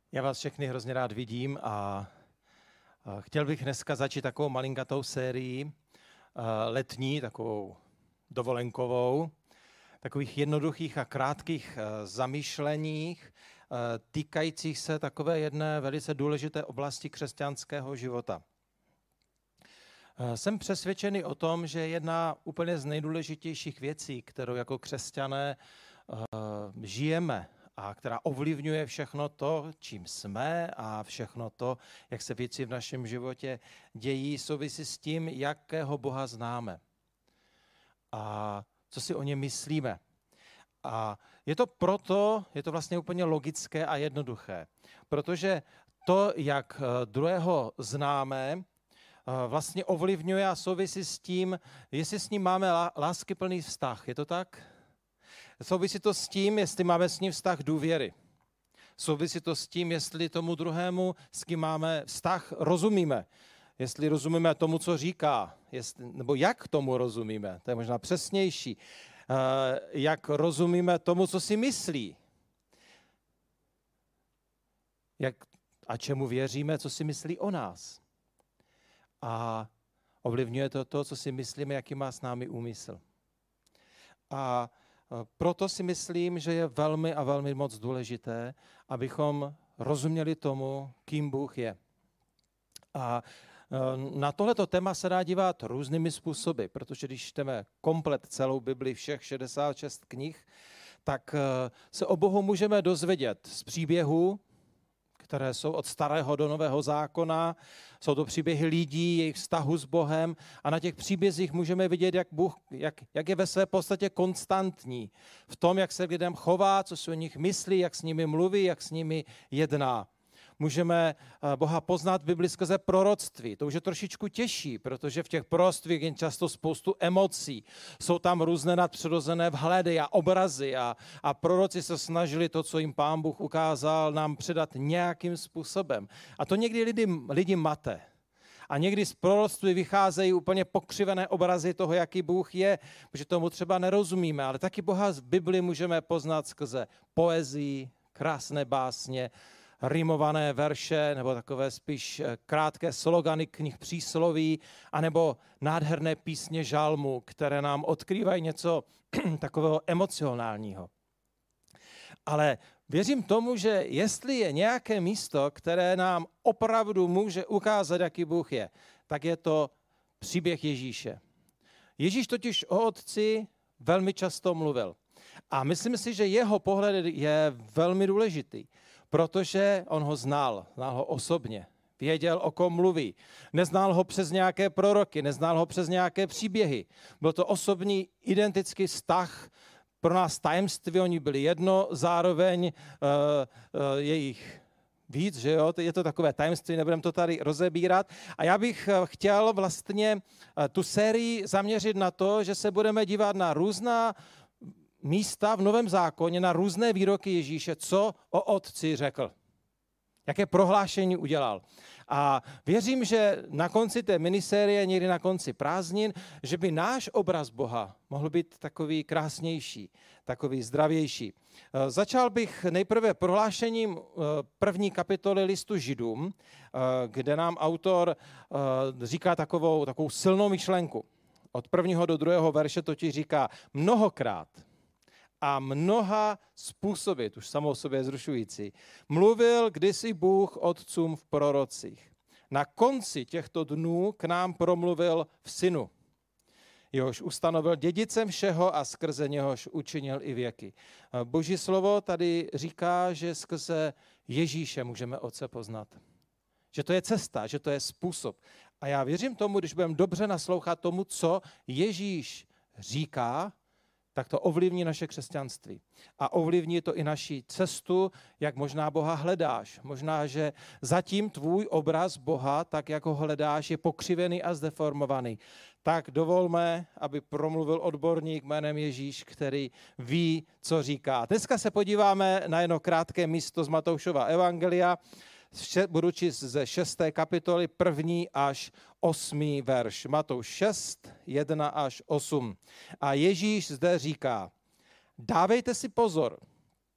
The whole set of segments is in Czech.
Já vás všechny hrozně rád vidím a chtěl bych dneska začít takovou malinkatou sérii letní, takovou dovolenkovou, takových jednoduchých a krátkých zamyšleních týkajících se takové jedné velice důležité oblasti křesťanského života. Jsem přesvědčený o tom, že jedna úplně z nejdůležitějších věcí, kterou jako křesťané žijeme, a která ovlivňuje všechno to, čím jsme a všechno to, jak se věci v našem životě dějí, souvisí s tím, jakého Boha známe a co si o něm myslíme. A je to vlastně úplně logické a jednoduché, protože to, jak druhého známe, vlastně ovlivňuje a souvisí s tím, jestli s ním máme láskyplný vztah. Je to tak? Souvisí to s tím, jestli máme s ním vztah důvěry. Souvisí to s tím, jestli tomu druhému, s kým máme vztah, rozumíme. Jestli rozumíme tomu, co říká, nebo jak tomu rozumíme, to je možná přesnější. Jak rozumíme tomu, co si myslí. A čemu věříme, co si myslí o nás. A ovlivňuje to, co si myslíme, jaký má s námi úmysl. A proto si myslím, že je velmi a velmi moc důležité, abychom rozuměli tomu, kým Bůh je. A na tohleto téma se dá dívat různými způsoby, protože když čteme komplet celou Bibli, všech 66 knih, tak se o Bohu můžeme dozvědět z příběhů, které jsou od Starého do Nového zákona. Jsou to příběhy lidí, jejich vztahu s Bohem a na těch příbězích můžeme vidět, jak je ve své podstatě konstantní v tom, jak se k lidem chová, co si o nich myslí, jak s nimi mluví, jak s nimi jedná. Můžeme Boha poznat v Bibli skrze proroctví. To už je trošičku těžší, protože v těch proroctvích je často spoustu emocí. Jsou tam různé nadpřirozené vhledy a obrazy a proroci se snažili to, co jim Pán Bůh ukázal, nám předat nějakým způsobem. A to někdy lidi mate. A někdy z proroctví vycházejí úplně pokřivené obrazy toho, jaký Bůh je, protože tomu třeba nerozumíme, ale taky Boha z Bibli můžeme poznat skrze poezii, krásné básně, rimované verše, nebo takové spíš krátké slogany knih přísloví, anebo nádherné písně žalmu, které nám odkrývají něco takového emocionálního. Ale věřím tomu, že jestli je nějaké místo, které nám opravdu může ukázat, jaký Bůh je, tak je to příběh Ježíše. Ježíš totiž o Otci velmi často mluvil. A myslím si, že jeho pohled je velmi důležitý, protože on ho znal ho osobně, věděl, o kom mluví. Neznal ho přes nějaké proroky, neznal ho přes nějaké příběhy. Byl to osobní identický vztah, pro nás tajemství, oni byli jedno, zároveň jejich víc, že jo, je to takové tajemství, nebudeme to tady rozebírat. A já bych chtěl vlastně tu sérii zaměřit na to, že se budeme dívat na různá místa v Novém zákoně, na různé výroky Ježíše, co o Otci řekl. Jaké prohlášení udělal. A věřím, že na konci té minisérie, někdy na konci prázdnin, že by náš obraz Boha mohl být takový krásnější, takový zdravější. Začal bych nejprve prohlášením první kapitoly listu Židům, kde nám autor říká takovou silnou myšlenku. Od 1. do 2. verše totiž říká mnohokrát a mnoha způsoby, už samou sobě zrušující, mluvil kdysi Bůh otcům v prorocích. Na konci těchto dnů k nám promluvil v Synu, jehož ustanovil dědicem všeho a skrze něhož učinil i věky. Boží slovo tady říká, že skrze Ježíše můžeme Otce poznat. Že to je cesta, že to je způsob. A já věřím tomu, když budeme dobře naslouchat tomu, co Ježíš říká, tak to ovlivní naše křesťanství. A ovlivní to i naši cestu, jak možná Boha hledáš. Možná, že zatím tvůj obraz Boha, tak jak ho hledáš, je pokřivený a zdeformovaný. Tak dovolme, aby promluvil odborník jménem Ježíš, který ví, co říká. Dneska se podíváme na jedno krátké místo z Matoušova evangelia. Budu číst ze 6. kapitoly 1. až 8. verš. Matouš 6, 1 až 8. A Ježíš zde říká, dávejte si pozor,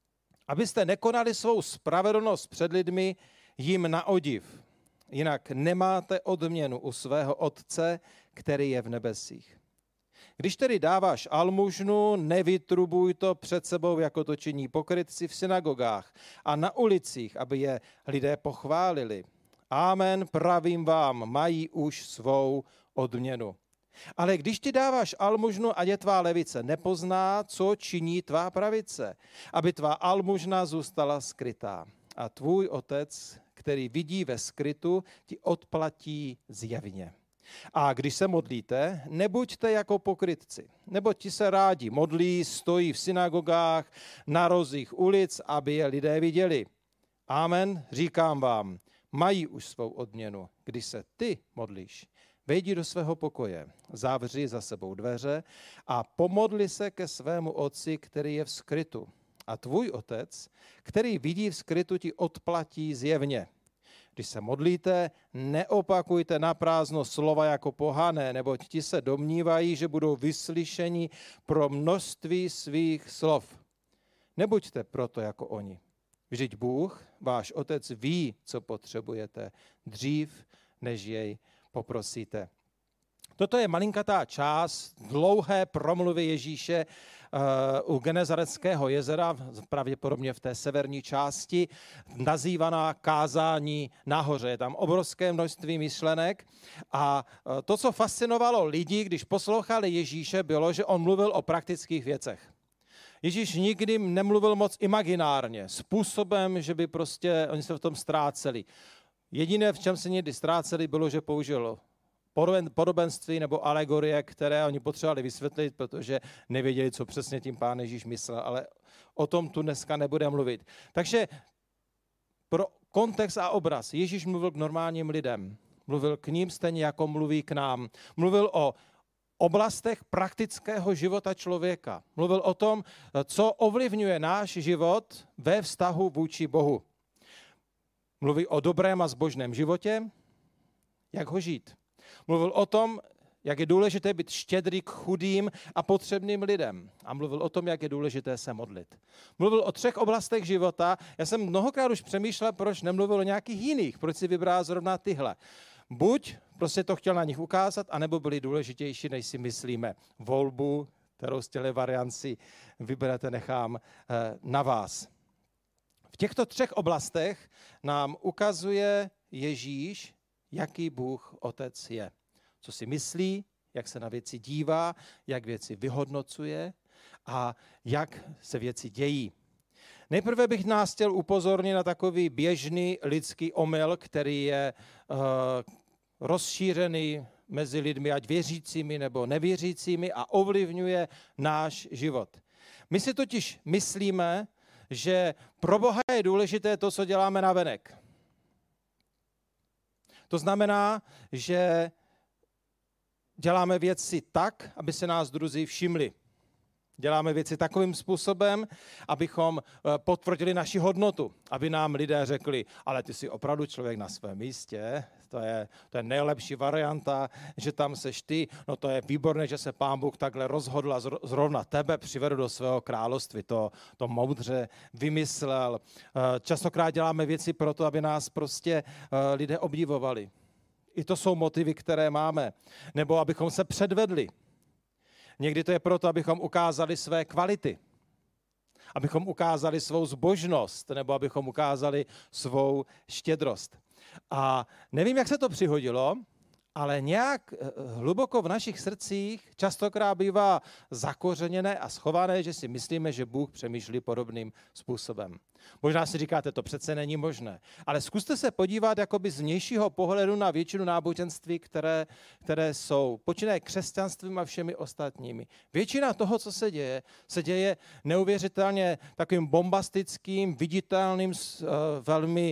Abyste nekonali svou spravedlnost před lidmi jim na odiv. Jinak nemáte odměnu u svého Otce, který je v nebesích. Když tedy dáváš almužnu, nevytrubuj to před sebou, jako to činí pokrytci v synagogách a na ulicích, aby je lidé pochválili. Amen, pravím vám, mají už svou odměnu. Ale když ti dáváš almužnu, ať je tvá levice nepozná, co činí tvá pravice, aby tvá almužna zůstala skrytá. A tvůj Otec, který vidí ve skrytu, ti odplatí zjevně. A když se modlíte, nebuďte jako pokrytci, neboť ti se rádi modlí, stojí v synagogách, na rozích ulic, aby je lidé viděli. Amen, říkám vám, mají už svou odměnu. Když se ty modlíš, vejdi do svého pokoje, zavři za sebou dveře a pomodli se ke svému Otci, který je v skrytu. A tvůj Otec, který vidí v skrytu, ti odplatí zjevně. Když se modlíte, neopakujte naprázdno slova jako pohané, neboť ti se domnívají, že budou vyslyšeni pro množství svých slov. Nebuďte proto jako oni. Vždyť Bůh, váš Otec, ví, co potřebujete, dřív, než jej poprosíte. Toto je malinkatá část dlouhé promluvy Ježíše u Genezareckého jezera, pravděpodobně v té severní části, nazývaná kázání nahoře. Je tam obrovské množství myšlenek a to, co fascinovalo lidi, když poslouchali Ježíše, bylo, že on mluvil o praktických věcech. Ježíš nikdy nemluvil moc imaginárně, způsobem, že by prostě oni se v tom ztráceli. Jediné, v čem se někdy ztráceli, bylo, že použil podobenství nebo alegorie, které oni potřebovali vysvětlit, protože nevěděli, co přesně tím Pán Ježíš myslel, ale o tom tu dneska nebude mluvit. Takže pro kontext a obraz Ježíš mluvil k normálním lidem. Mluvil k ním stejně, jako mluví k nám. Mluvil o oblastech praktického života člověka. Mluvil o tom, co ovlivňuje náš život ve vztahu vůči Bohu. Mluví o dobrém a zbožném životě, jak ho žít. Mluvil o tom, jak je důležité být štědrý k chudým a potřebným lidem. A mluvil o tom, jak je důležité se modlit. Mluvil o 3 oblastech života. Já jsem mnohokrát už přemýšlel, proč nemluvil o nějakých jiných, proč si vybral zrovna tyhle. Buď prostě to chtěl na nich ukázat, anebo byly důležitější, než si myslíme. Volbu, kterou z těchto variant si vyberete, nechám na vás. V těchto 3 oblastech nám ukazuje Ježíš, jaký Bůh Otec je. Co si myslí, jak se na věci dívá, jak věci vyhodnocuje a jak se věci dějí. Nejprve bych nás chtěl upozornit na takový běžný lidský omyl, který je rozšířený mezi lidmi, ať věřícími nebo nevěřícími, a ovlivňuje náš život. My si totiž myslíme, že pro Boha je důležité to, co děláme navenek. To znamená, že děláme věci tak, aby se nás druzí všimli. Děláme věci takovým způsobem, abychom potvrdili naši hodnotu, aby nám lidé řekli, ale ty jsi opravdu člověk na svém místě, to je nejlepší varianta, že tam seš ty, no to je výborné, že se Pán Bůh takhle rozhodl a zrovna tebe přivedl do svého království, to moudře vymyslel. Častokrát děláme věci proto, aby nás prostě lidé obdivovali. I to jsou motivy, které máme. Nebo abychom se předvedli. Někdy to je proto, abychom ukázali své kvality, abychom ukázali svou zbožnost, nebo abychom ukázali svou štědrost. A nevím, jak se to přihodilo, ale nějak hluboko v našich srdcích častokrát bývá zakořeněné a schované, že si myslíme, že Bůh přemýšlí podobným způsobem. Možná si říkáte, to přece není možné, ale zkuste se podívat jakoby z vnějšího pohledu na většinu náboženství, které jsou, počínaje křesťanstvím a všemi ostatními. Většina toho, co se děje neuvěřitelně takovým bombastickým, viditelným, velmi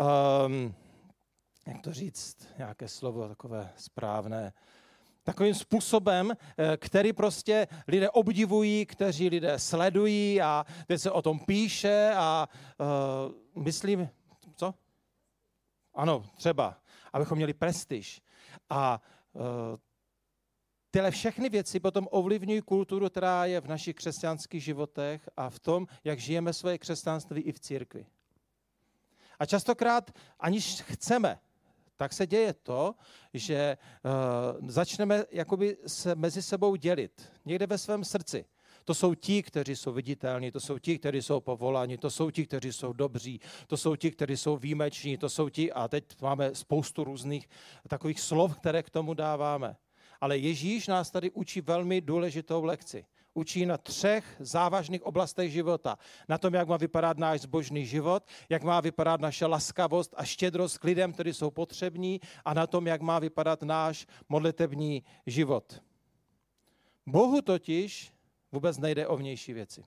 jak to říct, nějaké slovo takové správné, takovým způsobem, který prostě lidé obdivují, kteří lidé sledují a teď se o tom píše a myslím, co? Ano, třeba, abychom měli prestiž. A tyhle všechny věci potom ovlivňují kulturu, která je v našich křesťanských životech a v tom, jak žijeme svoje křesťanství i v církvi. A častokrát, aniž chceme, tak se děje to, že začneme jakoby se mezi sebou dělit. Někde ve svém srdci. To jsou ti, kteří jsou viditelní, to jsou ti, kteří jsou povoláni, to jsou ti, kteří jsou dobří, to jsou ti, kteří jsou výjimeční, to jsou ti, a teď máme spoustu různých takových slov, které k tomu dáváme. Ale Ježíš nás tady učí velmi důležitou lekci. Učí na 3 závažných oblastech života. Na tom, jak má vypadat náš zbožný život, jak má vypadat naše laskavost a štědrost k lidem, kteří jsou potřební, a na tom, jak má vypadat náš modlitební život. Bohu totiž vůbec nejde o vnější věci.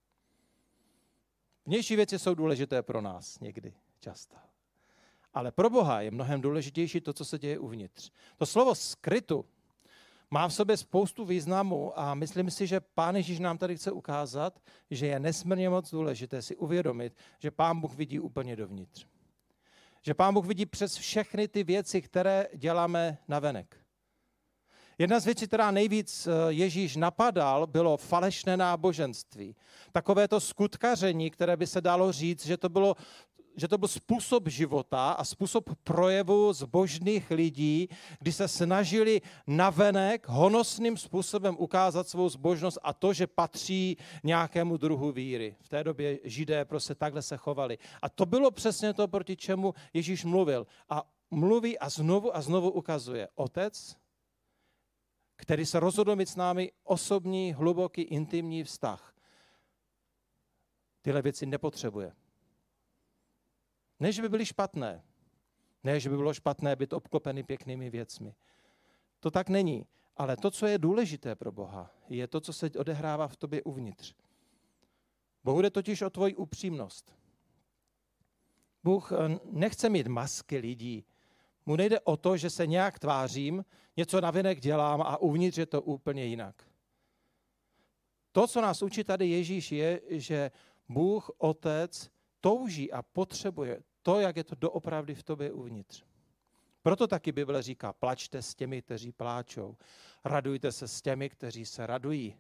Vnější věci jsou důležité pro nás někdy, často. Ale pro Boha je mnohem důležitější to, co se děje uvnitř. To slovo skrytu má v sobě spoustu významů a myslím si, že Pán Ježíš nám tady chce ukázat, že je nesmírně moc důležité si uvědomit, že Pán Bůh vidí úplně dovnitř. Že Pán Bůh vidí přes všechny ty věci, které děláme navenek. Jedna z věcí, která nejvíc Ježíš napadal, bylo falešné náboženství. Takové to skutkaření, které by se dalo říct, že to byl způsob života a způsob projevu zbožných lidí, kdy se snažili navenek honosným způsobem ukázat svou zbožnost a to, že patří nějakému druhu víry. V té době Židé prostě takhle se chovali. A to bylo přesně to, proti čemu Ježíš mluvil. A mluví a znovu ukazuje. Otec, který se rozhodl mít s námi osobní, hluboký, intimní vztah, tyhle věci nepotřebuje. Ne, že by byly špatné. Ne, že by bylo špatné být obklopený pěknými věcmi. To tak není. Ale to, co je důležité pro Boha, je to, co se odehrává v tobě uvnitř. Bohu jde totiž o tvoji upřímnost. Bůh nechce mít masky lidí. Mu nejde o to, že se nějak tvářím, něco navenek dělám a uvnitř je to úplně jinak. To, co nás učí tady Ježíš, je, že Bůh, Otec, touží a potřebuje to, jak je to doopravdy v tobě uvnitř. Proto taky Bible říká, plačte s těmi, kteří pláčou. Radujte se s těmi, kteří se radují.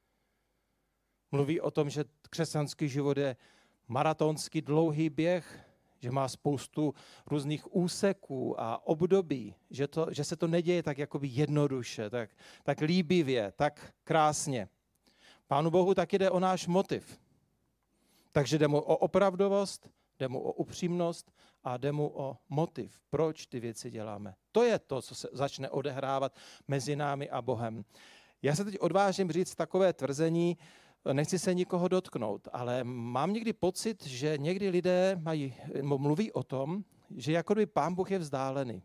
Mluví o tom, že křesťanský život je maratonský dlouhý běh, že má spoustu různých úseků a období, že se to neděje tak jakoby jednoduše, tak líbivě, tak krásně. Pánu Bohu taky jde o náš motiv. Takže jde mu o opravdovost, jde mu o upřímnost a jde mu o motiv, proč ty věci děláme. To je to, co se začne odehrávat mezi námi a Bohem. Já se teď odvážím říct takové tvrzení, nechci se nikoho dotknout, ale mám někdy pocit, že někdy lidé mluví o tom, že jako kdyby Pán Bůh je vzdálený.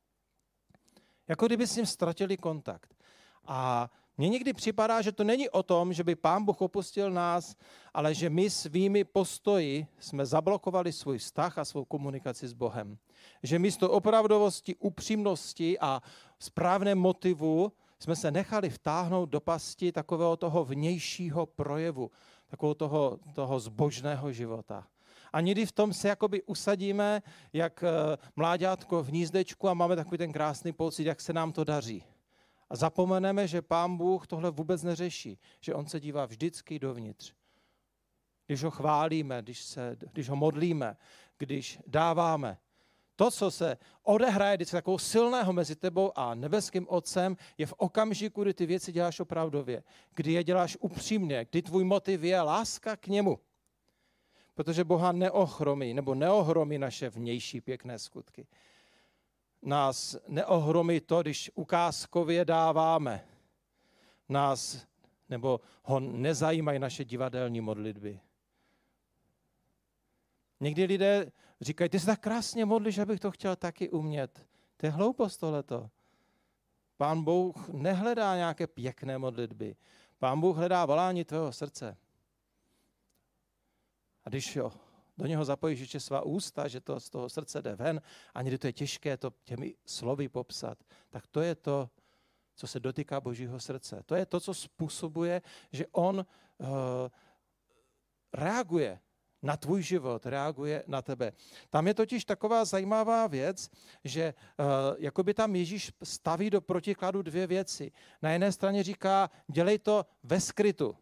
Jako kdyby s ním ztratili kontakt. A mně někdy připadá, že to není o tom, že by Pán Bůh opustil nás, ale že my svými postoji jsme zablokovali svůj vztah a svou komunikaci s Bohem. Že místo opravdovosti, upřímnosti a správné motivu jsme se nechali vtáhnout do pasti takového toho vnějšího projevu, takového toho zbožného života. A někdy v tom se jakoby usadíme, jak mláďátko v hnízdečku a máme takový ten krásný pocit, jak se nám to daří. A zapomeneme, že Pán Bůh tohle vůbec neřeší, že on se dívá vždycky dovnitř. Když ho chválíme, když ho modlíme, když dáváme. To, co se odehraje vždycky takovou silného mezi tebou a nebeským Otcem, je v okamžiku, kdy ty věci děláš opravdově, kdy je děláš upřímně, kdy tvůj motiv je láska k němu. Protože Boha neohromí naše vnější pěkné skutky. Nás neohromí to, když ukázkově dáváme. Nebo ho nezajímají naše divadelní modlitby. Někdy lidé říkají, ty se tak krásně modlíš, abych to chtěl taky umět. To je hloupost tohleto. Pán Bůh nehledá nějaké pěkné modlitby. Pán Bůh hledá volání tvého srdce. A když do něho zapojíš ještě svá ústa, že to z toho srdce jde ven a někdy to je těžké to těmi slovy popsat, tak to je to, co se dotýká Božího srdce. To je to, co způsobuje, že on reaguje na tvůj život, reaguje na tebe. Tam je totiž taková zajímavá věc, že jakoby tam Ježíš staví do protikladu dvě věci. Na jedné straně říká, dělej to ve skrytu.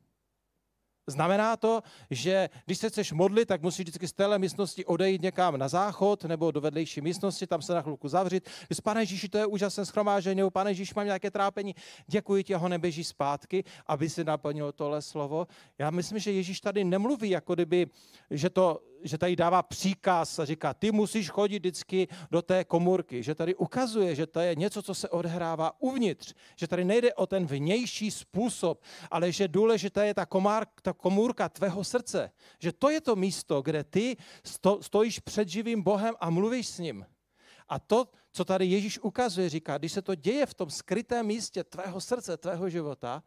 Znamená to, že když se chceš modlit, tak musíš vždycky z téhle místnosti odejít někam na záchod nebo do vedlejší místnosti, tam se na chvilku zavřít. Když Pane Ježíši, to je úžasné shromáždění, Pane Ježíši, mám nějaké trápení, děkuji ti, ho neběží zpátky, aby si naplnil tohle slovo. Já myslím, že Ježíš tady nemluví, jako kdyby, že tady dává příkaz a říká, ty musíš chodit vždycky do té komůrky, že tady ukazuje, že to je něco, co se odehrává uvnitř, že tady nejde o ten vnější způsob, ale že důležité je ta komůrka tvého srdce, že to je to místo, kde ty stojíš před živým Bohem a mluvíš s ním. A to, co tady Ježíš ukazuje, říká, když se to děje v tom skrytém místě tvého srdce, tvého života,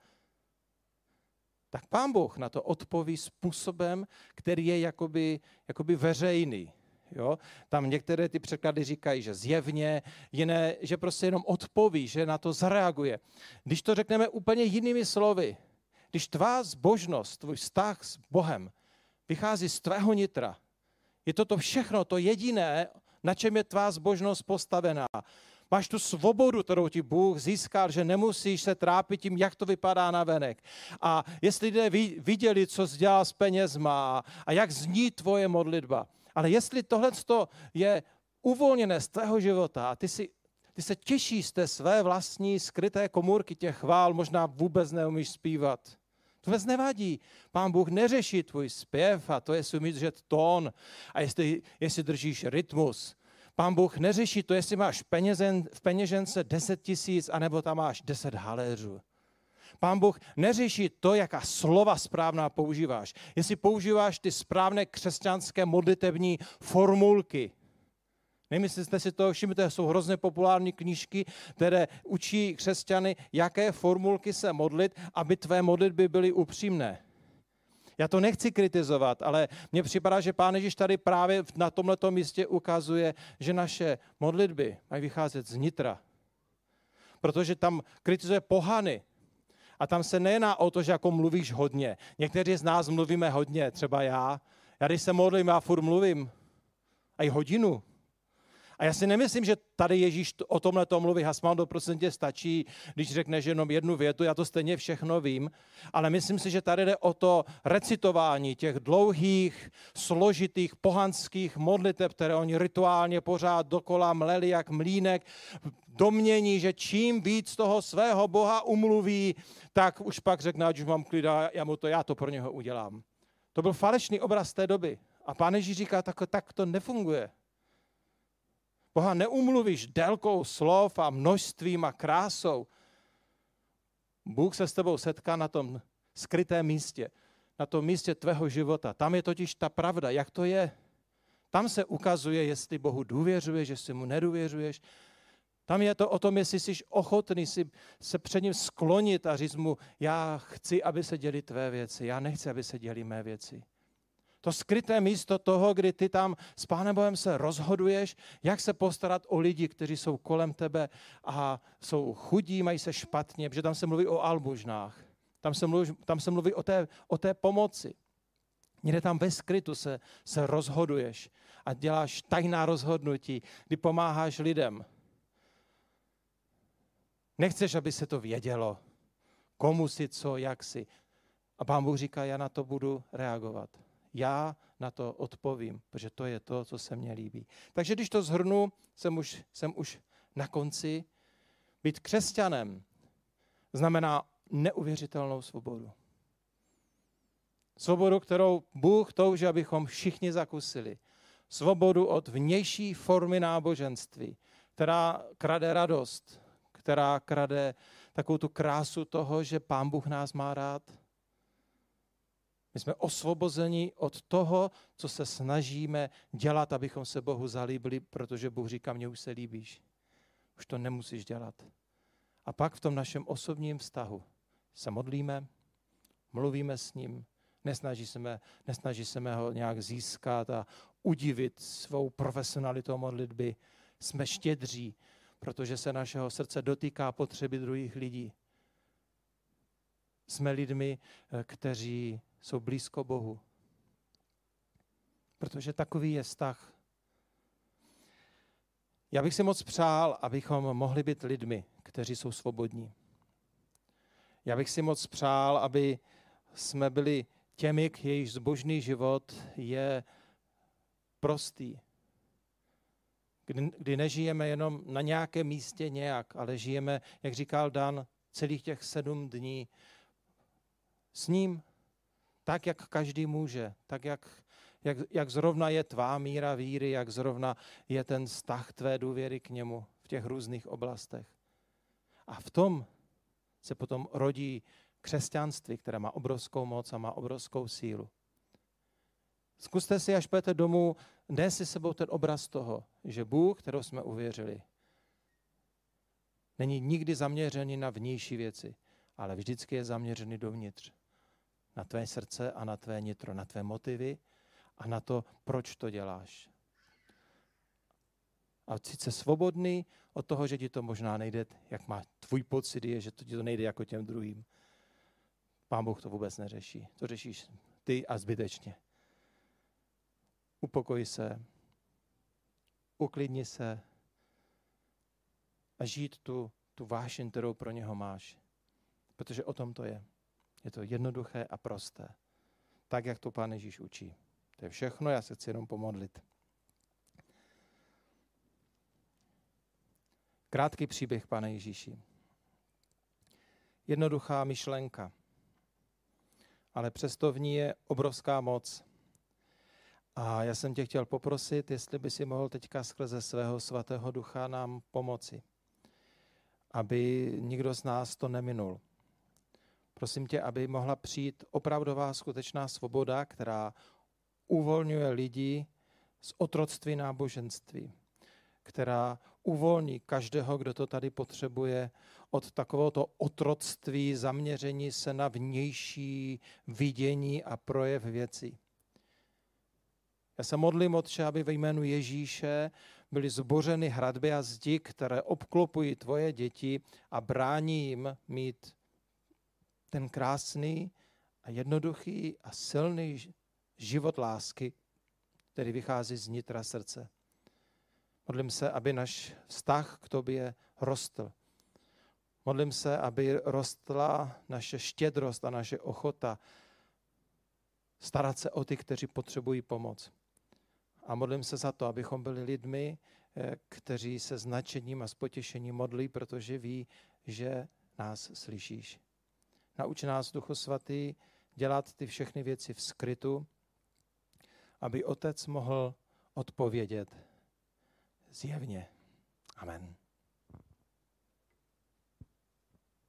tak Pán Bůh na to odpoví způsobem, který je jakoby veřejný. Jo? Tam některé ty překlady říkají, že zjevně, jiné, že prostě jenom odpoví, že na to zareaguje. Když to řekneme úplně jinými slovy, když tvá zbožnost, tvůj vztah s Bohem vychází z tvého nitra, je to všechno, to jediné, na čem je tvá zbožnost postavená. Máš tu svobodu, kterou ti Bůh získal, že nemusíš se trápit tím, jak to vypadá navenek. A jestli lidé viděli, co jsi dělal s penězma a jak zní tvoje modlitba. Ale jestli tohle je uvolněné z tvého života a ty se těšíš z té své vlastní skryté komůrky těch chvál, možná vůbec neumíš zpívat. To vůbec nevadí. Pán Bůh neřeší tvůj zpěv a to, jestli umíš držet tón a jestli držíš rytmus. Pán Bůh neřeší to, jestli máš v peněžence 10 000, anebo tam máš 10 haléřů. Pán Bůh neřeší to, jaká slova správná používáš. Jestli používáš ty správné křesťanské modlitební formulky. Nevím, jestli jste si to všimli, jsou hrozně populární knížky, které učí křesťany, jaké formulky se modlit, aby tvé modlitby byly upřímné. Já to nechci kritizovat, ale mně připadá, že Pán Ježíš tady právě na tomhleto místě ukazuje, že naše modlitby mají vycházet z nitra. Protože tam kritizuje pohany. A tam se nejedná o to, že jako mluvíš hodně. Někteří z nás mluvíme hodně, třeba já. Já když se modlím, já furt mluvím. A i hodinu. A já si nemyslím, že tady Ježíš o tomhle to mluví, Hasmando, prosím tě, stačí, když řekneš jenom jednu větu, já to stejně všechno vím, ale myslím si, že tady jde o to recitování těch dlouhých, složitých, pohanských modliteb, které oni rituálně pořád dokola mleli jak mlýnek, domnění, že čím víc toho svého Boha umluví, tak už pak řekne, ať už mám klid, já to pro něho udělám. To byl falešný obraz té doby. A Pán Ježíš říká, tak to nefunguje. Boha neumluvíš délkou slov a množstvím a krásou. Bůh se s tebou setká na tom skrytém místě, na tom místě tvého života. Tam je totiž ta pravda, jak to je. Tam se ukazuje, jestli Bohu důvěřuješ, jestli mu nedůvěřuješ. Tam je to o tom, jestli jsi ochotný se před ním sklonit a říct mu, já chci, aby se děly tvé věci, já nechci, aby se děly mé věci. To skryté místo toho, kdy ty tam s Pánem Bohem se rozhoduješ, jak se postarat o lidi, kteří jsou kolem tebe a jsou chudí, mají se špatně, protože tam se mluví o almužnách. Tam se mluví o té pomoci. Někde tam ve skrytu se rozhoduješ a děláš tajná rozhodnutí, kdy pomáháš lidem. Nechceš, aby se to vědělo, komu si, co, jak si. A Pán Bůh říká, já na to budu reagovat. Já na to odpovím, protože to je to, co se mně líbí. Takže když to shrnu, jsem už na konci. Být křesťanem znamená neuvěřitelnou svobodu. Svobodu, kterou Bůh touží, abychom všichni zakusili. Svobodu od vnější formy náboženství, která krade radost, která krade takovou tu krásu toho, že Pán Bůh nás má rád. My jsme osvobozeni od toho, co se snažíme dělat, abychom se Bohu zalíbili, protože Bůh říká, mně už se líbíš. Už to nemusíš dělat. A pak v tom našem vztahu se modlíme, mluvíme s ním, nesnaží se ho nějak získat a udivit svou profesionalitou modlitby. Jsme štědří, protože se našeho srdce dotýká potřeby druhých lidí. Jsme lidmi, kteří jsou blízko Bohu. Protože takový je vztah. Já bych si moc přál, abychom mohli být lidmi, kteří jsou svobodní. Já bych si moc přál, aby jsme byli těmi, jejichž zbožný život je prostý. Kdy nežijeme jenom na nějakém místě nějak, ale žijeme, jak říkal Dan, celých těch 7 dní s ním, tak, jak každý může, tak, jak zrovna je tvá míra víry, jak zrovna je ten vztah tvé důvěry k němu v těch různých oblastech. A v tom se potom rodí křesťanství, které má obrovskou moc a má obrovskou sílu. Zkuste si, až půjdete domů, nést si sebou ten obraz toho, že Bůh, kterou jsme uvěřili, není nikdy zaměřený na vnější věci, ale vždycky je zaměřený dovnitř. Na tvé srdce a na tvé nitro, na tvé motivy a na to, proč to děláš. A sice svobodný od toho, že ti to možná nejde, jak má tvůj pocit, je, že ti to nejde jako těm druhým. Pán Bůh to vůbec neřeší. To řešíš ty a zbytečně. Upokoj se, uklidni se a žít tu vášeň, kterou pro něho máš. Protože o tom to je. Je to jednoduché a prosté. Tak, jak to Pán Ježíš učí. To je všechno, já se chci jenom pomodlit. Krátký příběh, Pane Ježíši. Jednoduchá myšlenka, ale přesto v ní je obrovská moc. A já jsem tě chtěl poprosit, jestli by si mohl teďka skrze svého svatého ducha nám pomoci, aby nikdo z nás to neminul. Prosím tě, aby mohla přijít opravdová skutečná svoboda, která uvolňuje lidi z otroctví náboženství, která uvolní každého, kdo to tady potřebuje, od takovéhoto otroctví, zaměření se na vnější vidění a projev věcí. Já se modlím, Otče, aby ve jménu Ježíše byly zbořeny hradby a zdi, které obklopují tvoje děti a brání jim mít ten krásný a jednoduchý a silný život lásky, který vychází z nitra srdce. Modlím se, aby náš vztah k tobě rostl. Modlím se, aby rostla naše štědrost a naše ochota starat se o ty, kteří potřebují pomoc. A modlím se za to, abychom byli lidmi, kteří se s nadšením a s potěšením modlí, protože ví, že nás slyšíš. Nauč nás, Duchu Svatý, dělat ty všechny věci v skrytu, aby Otec mohl odpovědět zjevně. Amen.